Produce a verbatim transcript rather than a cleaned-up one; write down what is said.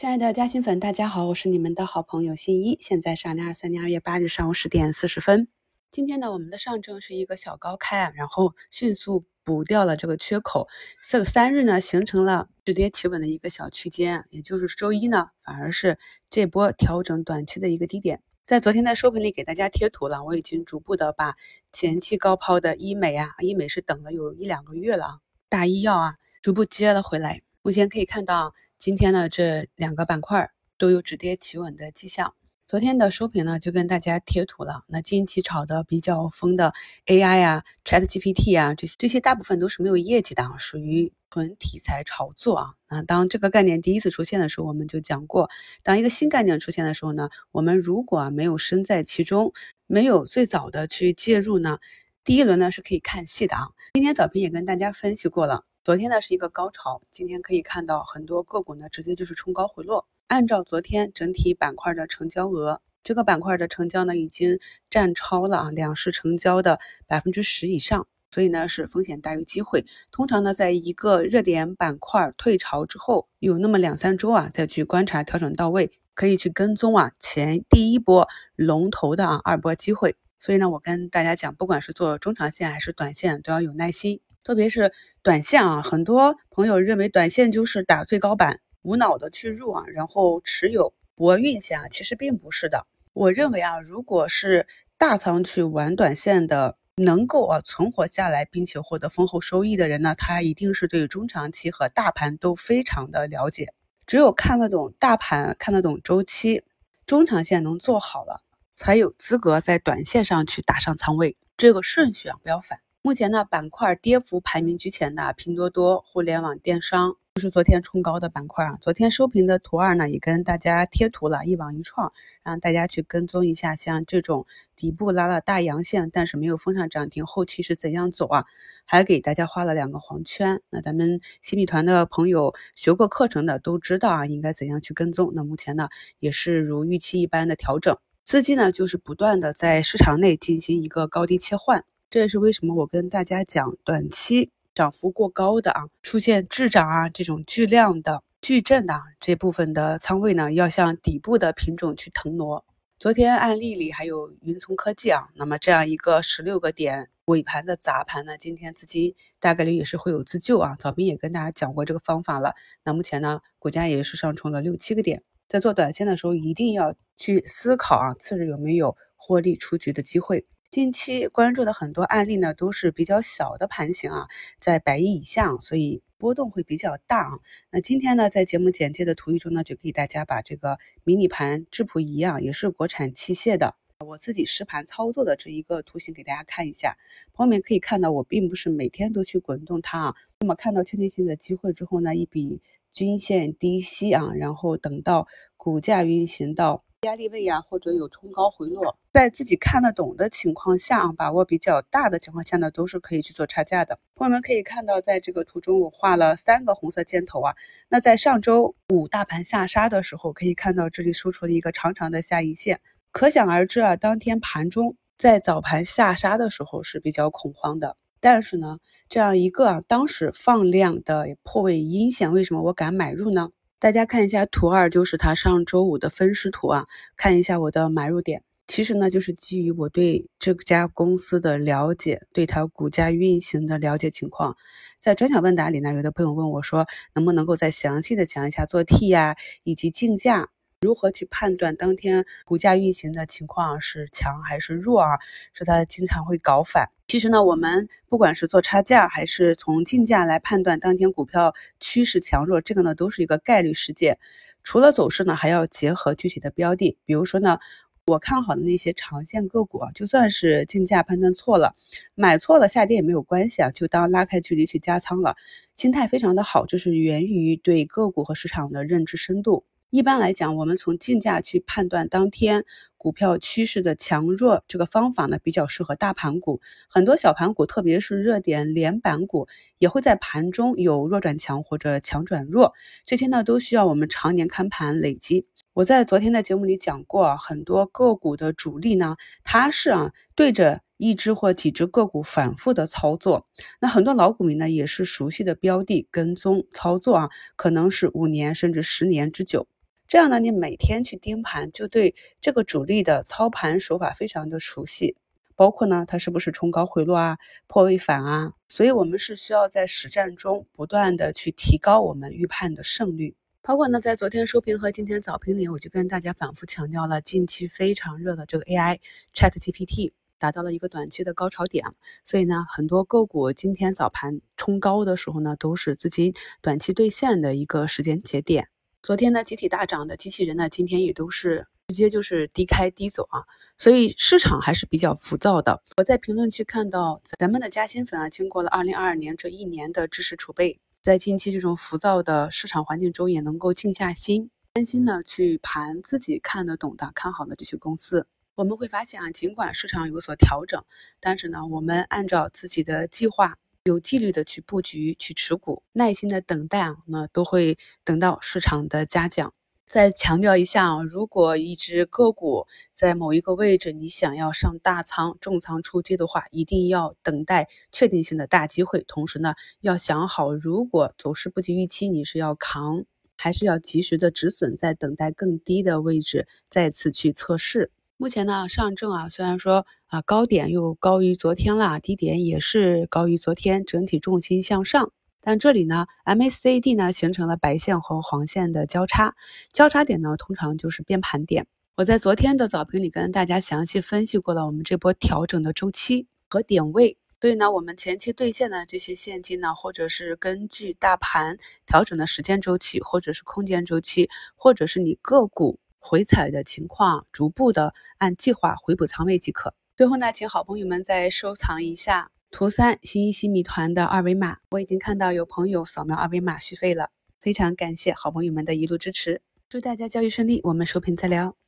亲爱的嘉兴粉，大家好，我是你们的好朋友新一。现在是二零二三年二月八日上午十点四十分。今天呢，我们的上证是一个小高开啊，然后迅速补掉了这个缺口。这个三日呢，形成了止跌企稳的一个小区间，也就是周一呢，反而是这波调整短期的一个低点。在昨天的收评里给大家贴图了，我已经逐步的把前期高抛的医美啊，医美是等了有一两个月了啊，大医药啊，逐步接了回来。目前可以看到，今天呢这两个板块都有止跌企稳的迹象。昨天的收评呢就跟大家贴图了，那近期炒的比较疯的 A I 啊 ChatGPT 啊，这些这些大部分都是没有业绩的，属于纯题材炒作啊。那当这个概念第一次出现的时候，我们就讲过，当一个新概念出现的时候呢，我们如果没有身在其中，没有最早的去介入呢，第一轮呢是可以看戏的啊。今天早评也跟大家分析过了，昨天呢是一个高潮，今天可以看到很多个股呢直接就是冲高回落。按照昨天整体板块的成交额，这个板块的成交呢已经占超了啊两市成交的百分之十以上，所以呢是风险大于机会。通常呢，在一个热点板块退潮之后，有那么两三周啊，再去观察调整到位，可以去跟踪啊前第一波龙头的啊二波机会。所以呢，我跟大家讲，不管是做中长线还是短线，都要有耐心。特别是短线啊，很多朋友认为短线就是打最高板，无脑的去入啊，然后持有博运气啊，其实并不是的。我认为啊，如果是大仓去玩短线的，能够啊存活下来，并且获得丰厚收益的人呢，他一定是对中长期和大盘都非常的了解。只有看得懂大盘，看得懂周期，中长线能做好了，才有资格在短线上去打上仓位。这个顺序啊，不要反。目前呢，板块跌幅排名居前的拼多多、互联网电商，就是昨天冲高的板块啊。昨天收评的图二呢，也跟大家贴图了，一网一创，让大家去跟踪一下，像这种底部拉了大阳线，但是没有封上涨停，后期是怎样走啊？还给大家画了两个黄圈。那咱们新米团的朋友学过课程的都知道啊，应该怎样去跟踪。那目前呢，也是如预期一般的调整，资金呢就是不断的在市场内进行一个高低切换。这也是为什么我跟大家讲，短期涨幅过高的啊，出现滞涨啊这种巨量的巨震的、啊、这部分的仓位呢，要向底部的品种去腾挪。昨天案例里还有云从科技啊，那么这样一个十六个点尾盘的砸盘呢，今天资金大概率也是会有自救啊。早评也跟大家讲过这个方法了。那目前呢，股价也是上冲了六七个点，在做短线的时候一定要去思考啊，次日有没有获利出局的机会。近期关注的很多案例呢，都是比较小的盘型啊，在百亿以下，所以波动会比较大啊。那今天呢，在节目简介的图一中呢，就给大家把这个迷你盘质谱仪啊，也是国产器械的，我自己实盘操作的这一个图形给大家看一下。朋友们可以看到，我并不是每天都去滚动它啊。那么看到确定性的机会之后呢，一笔均线低吸啊，然后等到股价运行到压力位啊，或者有冲高回落，在自己看得懂的情况下啊，把握比较大的情况下呢，都是可以去做差价的。朋友们可以看到，在这个图中我画了三个红色箭头啊。那在上周五大盘下杀的时候，可以看到这里收出了一个长长的下影线，可想而知啊，当天盘中在早盘下杀的时候是比较恐慌的。但是呢，这样一个啊，当时放量的破位阴线，为什么我敢买入呢？大家看一下图二，就是它上周五的分时图啊，看一下我的买入点。其实呢，就是基于我对这家公司的了解，对它股价运行的了解情况。在专享问答里呢，有的朋友问我说，能不能够再详细的讲一下做 T 呀、啊，以及竞价，如何去判断当天股价运行的情况是强还是弱啊？说它经常会搞反。其实呢，我们不管是做差价还是从竞价来判断当天股票趋势强弱，这个呢都是一个概率事件。除了走势呢，还要结合具体的标的。比如说呢，我看好的那些长线个股啊，就算是竞价判断错了，买错了下跌也没有关系啊，就当拉开距离去加仓了，心态非常的好，这是源于对个股和市场的认知深度。一般来讲，我们从竞价去判断当天股票趋势的强弱，这个方法呢比较适合大盘股。很多小盘股，特别是热点连板股，也会在盘中有弱转强或者强转弱，这些呢都需要我们常年看盘累积。我在昨天的节目里讲过，很多个股的主力呢，它是啊对着一只或几只个股反复的操作。那很多老股民呢，也是熟悉的标的跟踪操作啊，可能是五年甚至十年之久。 这样呢，你每天去盯盘，就对这个主力的操盘手法非常的熟悉，包括呢，它是不是冲高回落啊、破位反啊，所以我们是需要在实战中不断的去提高我们预判的胜率。包括呢，在昨天收评和今天早评里，我就跟大家反复强调了，近期非常热的这个 A I Chat G P T 达到了一个短期的高潮点，所以呢，很多个股今天早盘冲高的时候呢，都是资金短期兑现的一个时间节点。昨天呢，集体大涨的机器人呢，今天也都是直接就是低开低走啊，所以市场还是比较浮躁的。我在评论区看到咱们的嘉兴粉啊，经过了二零二二年这一年的知识储备，在近期这种浮躁的市场环境中，也能够静下心，安心的去盘自己看得懂的、看好的这些公司。我们会发现啊，尽管市场有所调整，但是呢，我们按照自己的计划，有纪律的去布局、去持股，耐心的等待啊，那都会等到市场的嘉奖。再强调一下啊，如果一只个股在某一个位置，你想要上大仓、重仓出击的话，一定要等待确定性的大机会。同时呢，要想好，如果走势不及预期，你是要扛，还是要及时的止损，在等待更低的位置再次去测试。目前呢，上证啊，虽然说啊高点又高于昨天了，低点也是高于昨天，整体重心向上。但这里呢 ，M A C D 呢形成了白线和黄线的交叉，交叉点呢通常就是变盘点。我在昨天的早评里跟大家详细分析过了我们这波调整的周期和点位。所以呢，我们前期兑现的这些现金呢，或者是根据大盘调整的时间周期，或者是空间周期，或者是你个股回踩的情况，逐步的按计划回补仓位即可。最后呢，请好朋友们再收藏一下图三新一新米团的二维码，我已经看到有朋友扫描二维码续费了，非常感谢好朋友们的一路支持，祝大家交易顺利，我们收评再聊。